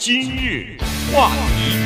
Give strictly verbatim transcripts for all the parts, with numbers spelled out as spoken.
今日话题，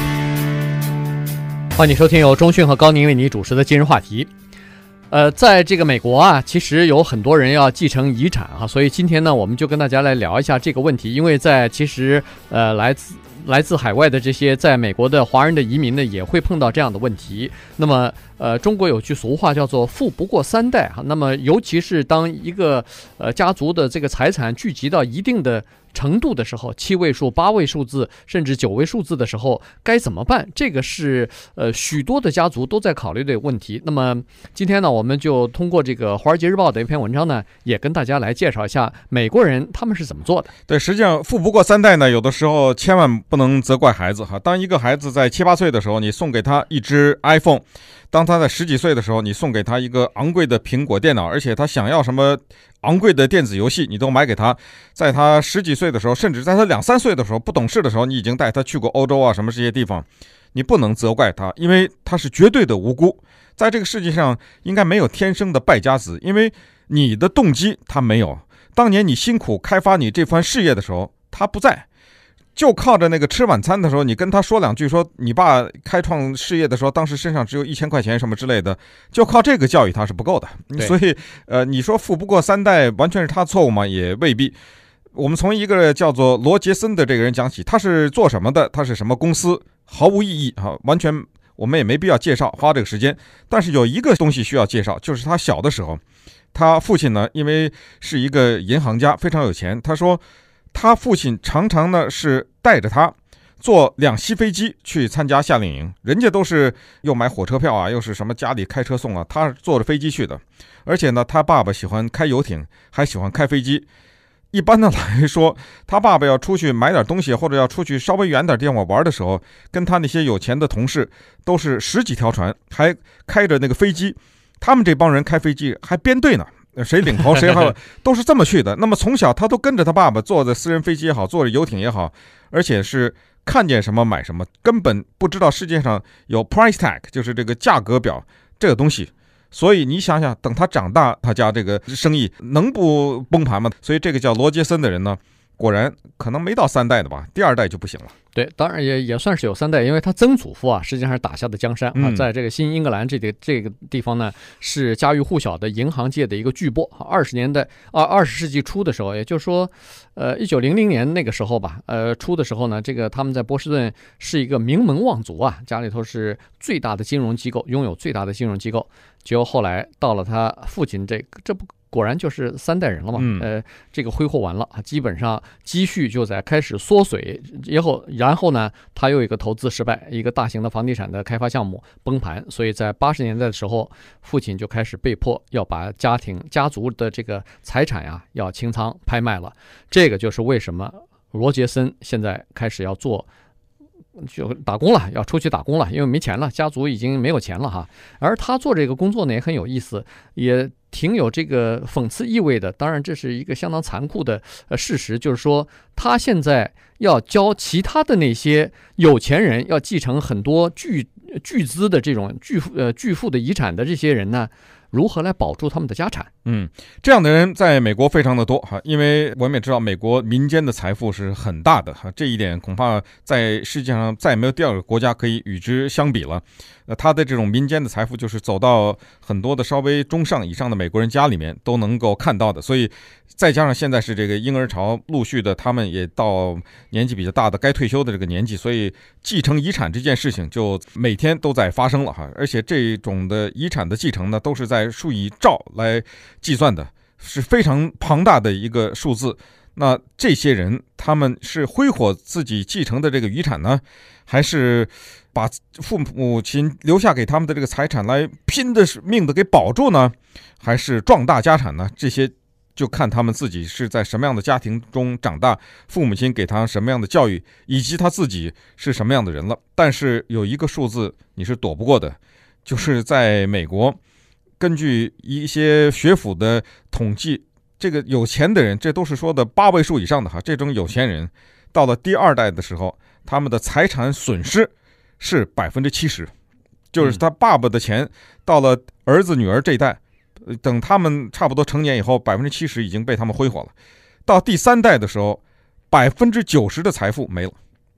欢迎收听由钟讯和高宁为你主持的今日话题。呃，在这个美国啊，其实有很多人要继承遗产啊，所以今天呢，我们就跟大家来聊一下这个问题。因为在其实呃来自来自海外的这些在美国的华人的移民呢，也会碰到这样的问题。那么呃，中国有句俗话叫做"富不过三代"哈。那么尤其是当一个呃家族的这个财产聚集到一定的程度的时候，七位数、八位数字，甚至九位数字的时候，该怎么办？这个是呃许多的家族都在考虑的问题。那么今天呢，我们就通过这个《华尔街日报》的一篇文章呢，也跟大家来介绍一下美国人他们是怎么做的。 对，实际上富不过三代呢，有的时候千万不能责怪孩子哈。当一个孩子在七八岁的时候，你送给他一只 iPhone。当他在十几岁的时候，你送给他一个昂贵的苹果电脑，而且他想要什么昂贵的电子游戏，你都买给他。在他十几岁的时候，甚至在他两三岁的时候，不懂事的时候，你已经带他去过欧洲啊，什么这些地方，你不能责怪他，因为他是绝对的无辜。在这个世界上，应该没有天生的败家子，因为你的动机他没有。当年你辛苦开发你这番事业的时候，他不在。就靠着那个吃晚餐的时候，你跟他说两句，说你爸开创事业的时候，当时身上只有一千块钱什么之类的，就靠这个教育他是不够的。所以，呃，你说富不过三代，完全是他错误吗？也未必。我们从一个叫做罗杰森的这个人讲起，他是做什么的？他是什么公司？毫无意义啊，完全我们也没必要介绍，花这个时间。但是有一个东西需要介绍，就是他小的时候，他父亲呢，因为是一个银行家，非常有钱，他说。他父亲常常呢是带着他坐两栖飞机去参加夏令营，人家都是又买火车票啊，又是什么家里开车送啊，他坐着飞机去的。而且呢，他爸爸喜欢开游艇，还喜欢开飞机。一般的来说，他爸爸要出去买点东西，或者要出去稍微远点地方玩的时候，跟他那些有钱的同事都是十几条船，还开着那个飞机。他们这帮人开飞机还编队呢。谁领头谁好，都是这么去的。那么从小他都跟着他爸爸坐着私人飞机也好，坐着游艇也好，而且是看见什么买什么，根本不知道世界上有 price tag， 就是这个价格表这个东西。所以你想想，等他长大，他家这个生意能不崩盘吗？所以这个叫罗杰森的人呢，果然可能没到三代的吧，第二代就不行了。 对，当然也也算是有三代，因为他曾祖父啊，实际上是打下的江山啊，在这个新英格兰这个这个地方呢，是家喻户晓的银行界的一个巨擘。二十年代啊，二十世纪初的时候，也就是说，呃，一九零零年那个时候吧，呃，初的时候呢，这个他们在波士顿是一个名门望族啊，家里头是最大的金融机构，拥有最大的金融机构。结果后来到了他父亲这这不。果然就是三代人了嘛，呃，这个挥霍完了，基本上积蓄就在开始缩水，然后然后呢，他又一个投资失败，一个大型的房地产的开发项目崩盘，所以在八十年代的时候，父亲就开始被迫要把家庭家族的这个财产呀要清仓拍卖了，这个就是为什么罗杰森现在开始要做。就打工了，要出去打工了，因为没钱了，家族已经没有钱了哈。而他做这个工作呢也很有意思，也挺有这个讽刺意味的。当然，这是一个相当残酷的呃事实，就是说他现在要教其他的那些有钱人要继承很多巨巨资的这种巨富呃巨富的遗产的这些人呢。如何来保住他们的家产？ 嗯，这样的人在美国非常的多哈，因为我们也知道美国民间的财富是很大的哈，这一点恐怕在世界上再也没有第二个国家可以与之相比了。呃，他的这种民间的财富就是走到很多的稍微中上以上的美国人家里面都能够看到的，所以再加上现在是这个婴儿潮陆续的，他们也到年纪比较大的该退休的这个年纪，所以继承遗产这件事情就每天都在发生了哈，而且这种的遗产的继承呢，都是在数以兆来计算的，是非常庞大的一个数字。那这些人他们是挥霍自己继承的这个遗产呢，还是把父母亲留下给他们的这个财产来拼的命的给保住呢，还是壮大家产呢？这些就看他们自己是在什么样的家庭中长大，父母亲给他什么样的教育，以及他自己是什么样的人了。但是有一个数字你是躲不过的，就是在美国，根据一些学府的统计，这个有钱的人，这都是说的八位数以上的哈，这种有钱人到了第二代的时候，他们的财产损失是百分之七十，就是他爸爸的钱到了儿子女儿这一代，等他们差不多成年以后，百分之七十已经被他们挥霍了。到第三代的时候，百分之九十的财富没了。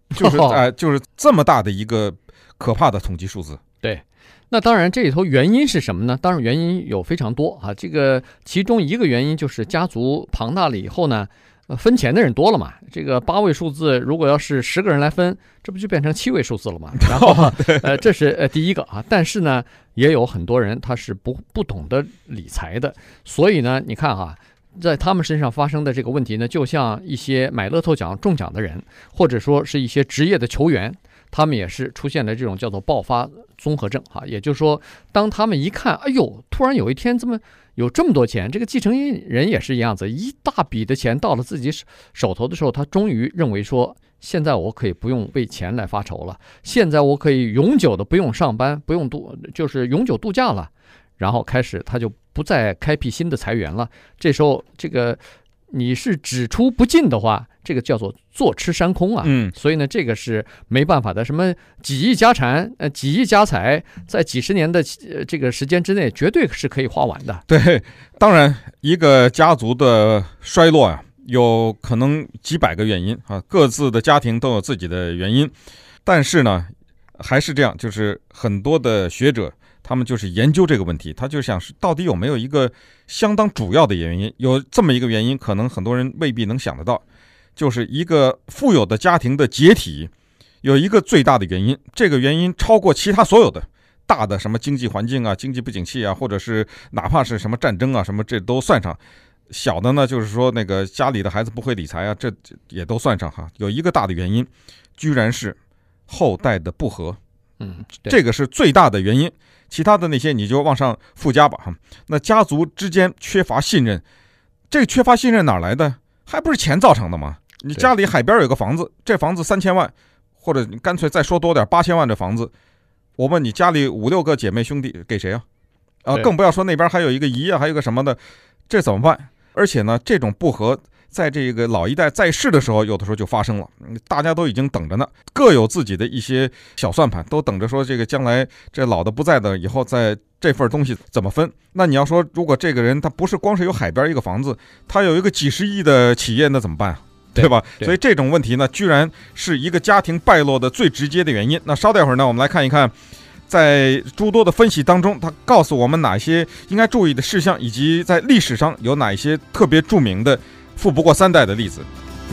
就是哎、呃，就是这么大的一个可怕的统计数字。 对。那当然，这里头原因是什么呢？当然原因有非常多啊。这个其中一个原因就是家族庞大了以后呢，呃，分钱的人多了嘛。这个八位数字如果要是十个人来分，这不就变成七位数字了吗？然后呃，这是呃第一个啊。但是呢，也有很多人他是不不懂得理财的，所以呢，你看哈、啊。在他们身上发生的这个问题呢，就像一些买乐透奖中奖的人，或者说是一些职业的球员，他们也是出现了这种叫做爆发综合症哈。也就是说，当他们一看，哎呦，突然有一天这么有这么多钱，这个继承人也是一样子，一大笔的钱到了自己手头的时候，他终于认为说，现在我可以不用为钱来发愁了，现在我可以永久的不用上班，不用度，就是永久度假了。然后开始他就不再开辟新的财源了。这时候这个你是只出不进的话，这个叫做坐吃山空啊。 嗯， 所以呢，这个是没办法的。什么几亿家产、呃几亿家财，在几十年的、呃、这个时间之内，绝对是可以花完的。 对，当然一个家族的衰落啊，有可能几百个原因啊，各自的家庭都有自己的原因。但是呢，还是这样，就是很多的学者。他们就是研究这个问题，他就想是到底有没有一个相当主要的原因，有这么一个原因，可能很多人未必能想得到，就是一个富有的家庭的解体，有一个最大的原因，这个原因超过其他所有的大的什么经济环境啊、经济不景气啊，或者是哪怕是什么战争啊什么，这都算上。小的呢，就是说那个家里的孩子不会理财啊，这也都算上哈。有一个大的原因，居然是后代的不和， 嗯， 这个是最大的原因。其他的那些你就往上附加吧。那家族之间缺乏信任，这个缺乏信任哪来的？还不是钱造成的吗？你家里海边有个房子，这房子三千万，或者你干脆再说多点，八千万的房子，我问你家里五六个姐妹兄弟给谁啊？啊、呃，更不要说那边还有一个姨啊，还有个什么的，这怎么办？而且呢，这种不和在这个老一代在世的时候，有的时候就发生了，大家都已经等着呢，各有自己的一些小算盘，都等着说这个将来这老的不在的以后，在这份东西怎么分。那你要说如果这个人他不是光是有海边一个房子，他有一个几十亿的企业，那怎么办？对吧？ 对对， 所以这种问题呢，居然是一个家庭败落的最直接的原因。那稍待会儿呢，我们来看一看在诸多的分析当中，他告诉我们哪些应该注意的事项，以及在历史上有哪一些特别著名的富不过三代的例子。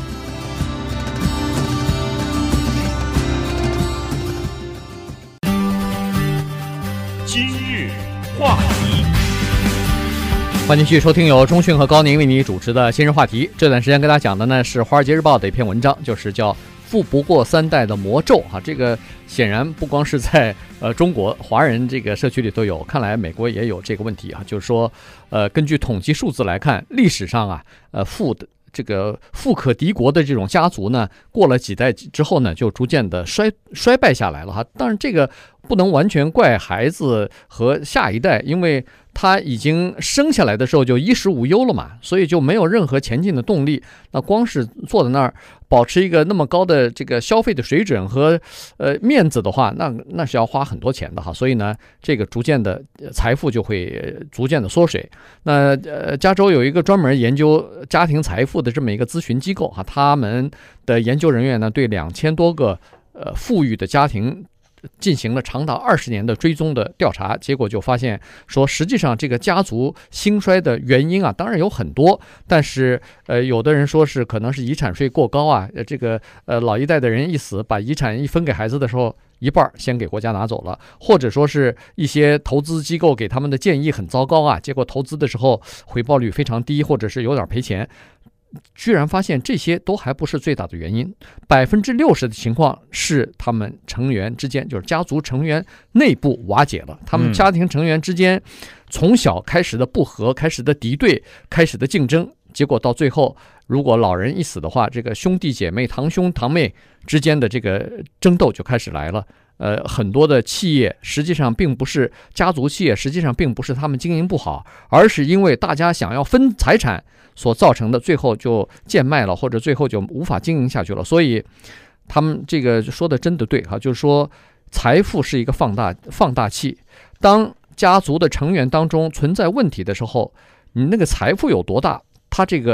今日话题， 欢迎继续收听由中讯和高宁为你主持的新日话题。这段时间跟大家讲的呢是《华尔街日报》的一篇文章，就是叫富不过三代的魔咒啊。这个显然不光是在呃中国华人这个社区里都有，看来美国也有这个问题啊。就是说，呃，根据统计数字来看，历史上啊，呃富的这个富可敌国的这种家族呢，过了几代之后呢，就逐渐的衰衰败下来了哈。当然，这个不能完全怪孩子和下一代，因为他已经生下来的时候就衣食无忧了嘛，所以就没有任何前进的动力。那光是坐在那儿保持一个那么高的这个消费的水准和呃面子的话，那那是要花很多钱的哈。所以呢，这个逐渐的财富就会逐渐的缩水。那呃，加州有一个专门研究家庭财富的这么一个咨询机构哈，他们的研究人员呢，对两千多个呃富裕的家庭进行了长达二十年的追踪的调查，结果就发现说，实际上这个家族兴衰的原因啊，当然有很多，但是呃，有的人说是可能是遗产税过高啊，呃，这个呃老一代的人一死，把遗产一分给孩子的时候，一半先给国家拿走了，或者说是一些投资机构给他们的建议很糟糕啊，结果投资的时候回报率非常低，或者是有点赔钱。居然发现这些都还不是最大的原因，百分之六十的情况是他们成员之间，就是家族成员内部瓦解了，他们家庭成员之间从小开始的不和、开始的敌对、开始的竞争，结果到最后，如果老人一死的话，这个兄弟姐妹、堂兄堂妹之间的这个争斗就开始来了。呃，很多的企业实际上并不是家族企业，实际上并不是他们经营不好，而是因为大家想要分财产所造成的，最后就贱卖了，或者最后就无法经营下去了。所以他们这个说的真的对哈，就是说财富是一个放大放大器，当家族的成员当中存在问题的时候，你那个财富有多大，它这个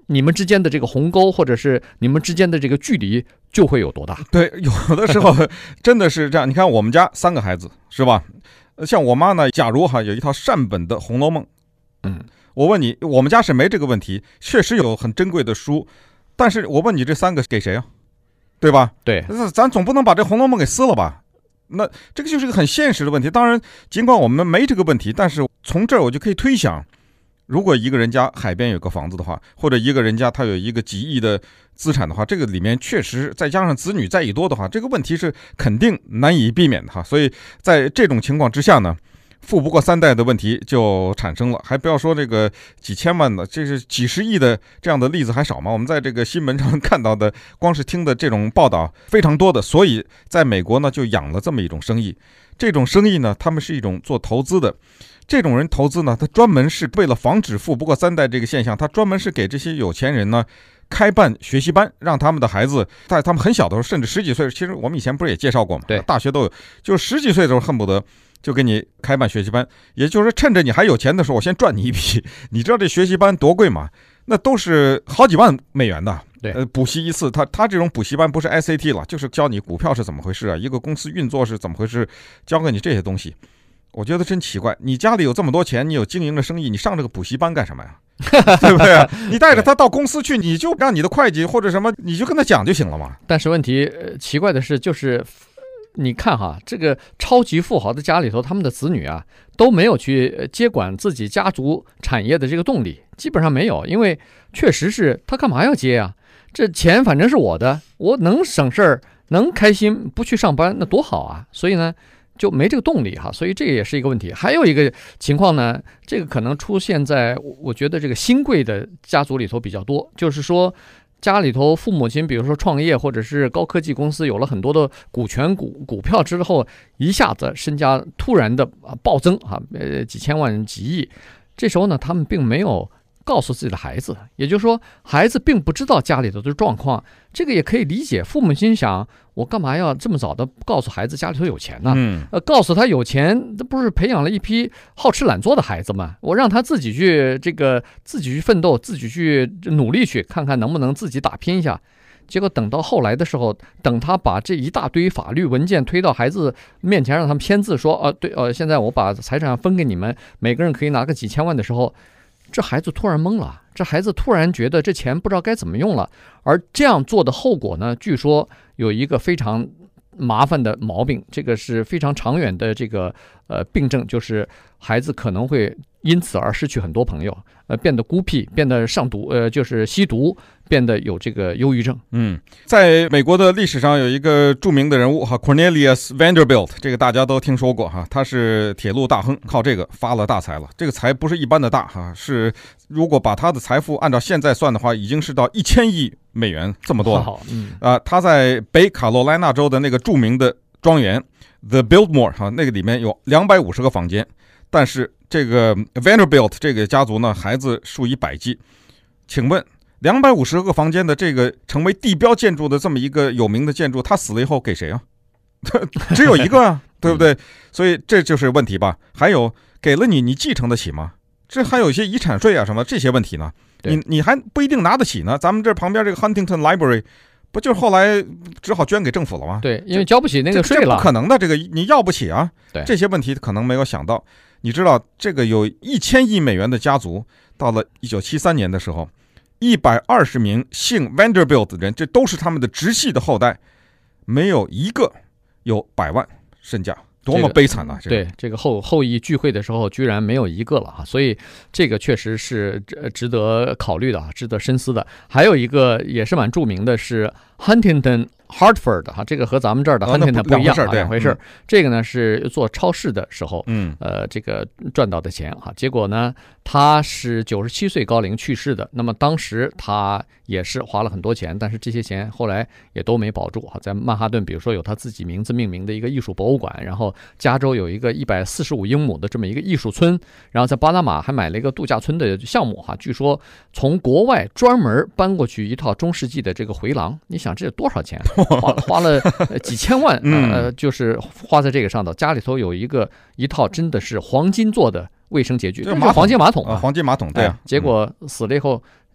你们之间的这个鸿沟，或者是你们之间的这个距离就会有多大。 对，有的时候真的是这样。你看我们家三个孩子是吧？像我妈呢，假如哈有一套善本的《红楼梦》， 嗯， 我问你，我们家是没这个问题，确实有很珍贵的书，但是我问你，这三个给谁啊？对吧？ 对， 咱总不能把这《红楼梦》给撕了吧？那这个就是一个很现实的问题。当然，尽管我们没这个问题，但是从这儿我就可以推想，如果一个人家海边有个房子的话，或者一个人家他有一个几亿的资产的话，这个里面确实再加上子女再一多的话，这个问题是肯定难以避免的哈。所以在这种情况之下呢，富不过三代的问题就产生了。还不要说这个几千万的，这是几十亿的这样的例子还少吗？我们在这个新闻上看到的，光是听的这种报道非常多的。所以在美国呢，就养了这么一种生意。这种生意呢，他们是一种做投资的。这种人投资呢，他专门是为了防止富不过三代这个现象，他专门是给这些有钱人呢开办学习班，让他们的孩子在他们很小的时候，甚至十几岁，其实我们以前不是也介绍过吗？ 对， 大学都有，就是十几岁的时候恨不得就给你开办学习班，也就是趁着你还有钱的时候，我先赚你一笔。你知道这学习班多贵吗？那都是好几万美元的。 对， 呃，补习一次，他他这种补习班不是 S A T 了，就是教你股票是怎么回事啊，一个公司运作是怎么回事，教给你这些东西。我觉得真奇怪，你家里有这么多钱，你有经营的生意，你上这个补习班干什么呀？对不对啊？你带着他到公司去，你就让你的会计或者什么，你就跟他讲就行了嘛。 但是问题，呃、奇怪的是，就是你看哈，这个超级富豪的家里头，他们的子女啊都没有去接管自己家族产业的这个动力，基本上没有，因为确实是他干嘛要接啊？这钱反正是我的，我能省事儿，能开心，不去上班，那多好啊！所以呢，就没这个动力哈，所以这也是一个问题。还有一个情况呢，这个可能出现在我觉得这个新贵的家族里头比较多，就是说家里头父母亲比如说创业或者是高科技公司有了很多的股权股股票之后，一下子身家突然的暴增啊，呃几千万几亿，这时候呢他们并没有告诉自己的孩子，也就是说孩子并不知道家里头的状况，这个也可以理解。父母亲想，我干嘛要这么早的告诉孩子家里头有钱呢？ 嗯， 呃，告诉他有钱，这不是培养了一批好吃懒做的孩子吗？我让他自己去这个自己去奋斗，自己去努力去看看能不能自己打拼一下。结果等到后来的时候，等他把这一大堆法律文件推到孩子面前，让他们签字说，呃，对，呃，现在我把财产分给你们，每个人可以拿个几千万的时候，这孩子突然懵了，这孩子突然觉得这钱不知道该怎么用了。而这样做的后果呢，据说有一个非常麻烦的毛病，这个是非常长远的这个呃病症，就是孩子可能会因此而失去很多朋友，呃，变得孤僻，变得上毒，呃，就是吸毒，变得有这个忧郁症。 嗯，在美国的历史上有一个著名的人物哈 ，Cornelius Vanderbilt， 这个大家都听说过哈，他是铁路大亨，靠这个发了大财了。这个财不是一般的大哈，是如果把他的财富按照现在算的话，已经是到一千亿美元这么多了。 好，嗯， 啊、呃，他在北卡罗来纳州的那个著名的庄园 The Biltmore 哈，那个里面有两百五十个房间，但是这个 Vanderbilt 这个家族呢，孩子数以百计。请问两百五十个房间的这个成为地标建筑的这么一个有名的建筑，他死了以后给谁啊？只有一个啊，对不对？所以这就是问题吧。还有给了你，你继承得起吗？这还有一些遗产税啊什么这些问题呢，你你还不一定拿得起呢。咱们这旁边这个 Huntington Library 不就是后来只好捐给政府了吗？ 对，因为交不起那个税了， 这不可能的，这个你要不起啊。 对， 这些问题可能没有想到。你知道这个有一千亿美元的家族，到了一九七三年的时候，一百二十名姓 Vanderbilt 的人，这都是他们的直系的后代，没有一个有百万身价。多么悲惨啊！ 这个、对，这个后后裔聚会的时候，居然没有一个了啊！所以这个确实是值得考虑的啊，值得深思的。还有一个也是蛮著名的是 Huntington Hartford 哈，这个和咱们这儿的 Huntington 不一样啊，两回事儿。这个呢是做超市的时候，嗯，呃，这个赚到的钱哈。结果呢，他是九十七岁高龄去世的。那么当时他也是花了很多钱，但是这些钱后来也都没保住哈。在曼哈顿，比如说有他自己名字命名的一个艺术博物馆，然后加州有一个一百四十五英亩的这么一个艺术村，然后在巴拿马还买了一个度假村的项目哈。据说从国外专门搬过去一套中世纪的这个回廊，你想这有多少钱？花花了几千万，呃，就是花在这个上头。家里头有一个一套真的是黄金做的卫生洁具，这是黄金马桶啊， 黄金马桶，对啊。 结果死了以后，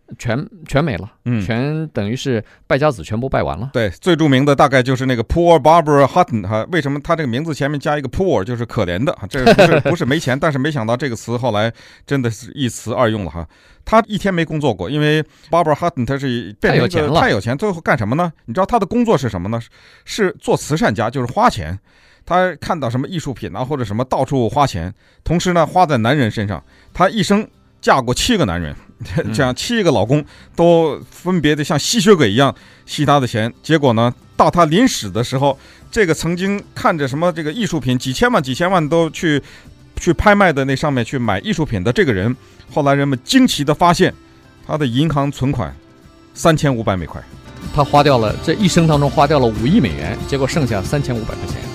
全全没了， 嗯， 全等于是败家子全部败完了。 对，最著名的大概就是那个 Poor Barbara Hutton 哈，为什么他这个名字前面加一个 poor 就是可怜的，这不是不是没钱，但是没想到这个词后来真的是一词二用了哈。他一天没工作过，因为 Barbara Hutton 他是变成一个太有钱了， 太有钱，最后干什么呢？你知道他的工作是什么呢？是做慈善家，就是花钱。他看到什么艺术品啊或者什么到处花钱，同时呢花在男人身上。他一生嫁过七个男人，这样七个老公都分别的像吸血鬼一样吸他的钱。结果呢，到他临死的时候，这个曾经看着什么这个艺术品几千万几千万都去去拍卖的那上面去买艺术品的这个人，后来人们惊奇的发现，他的银行存款三千五百美块。 他花掉了这一生当中花掉了五亿美元，结果剩下三千五百块钱。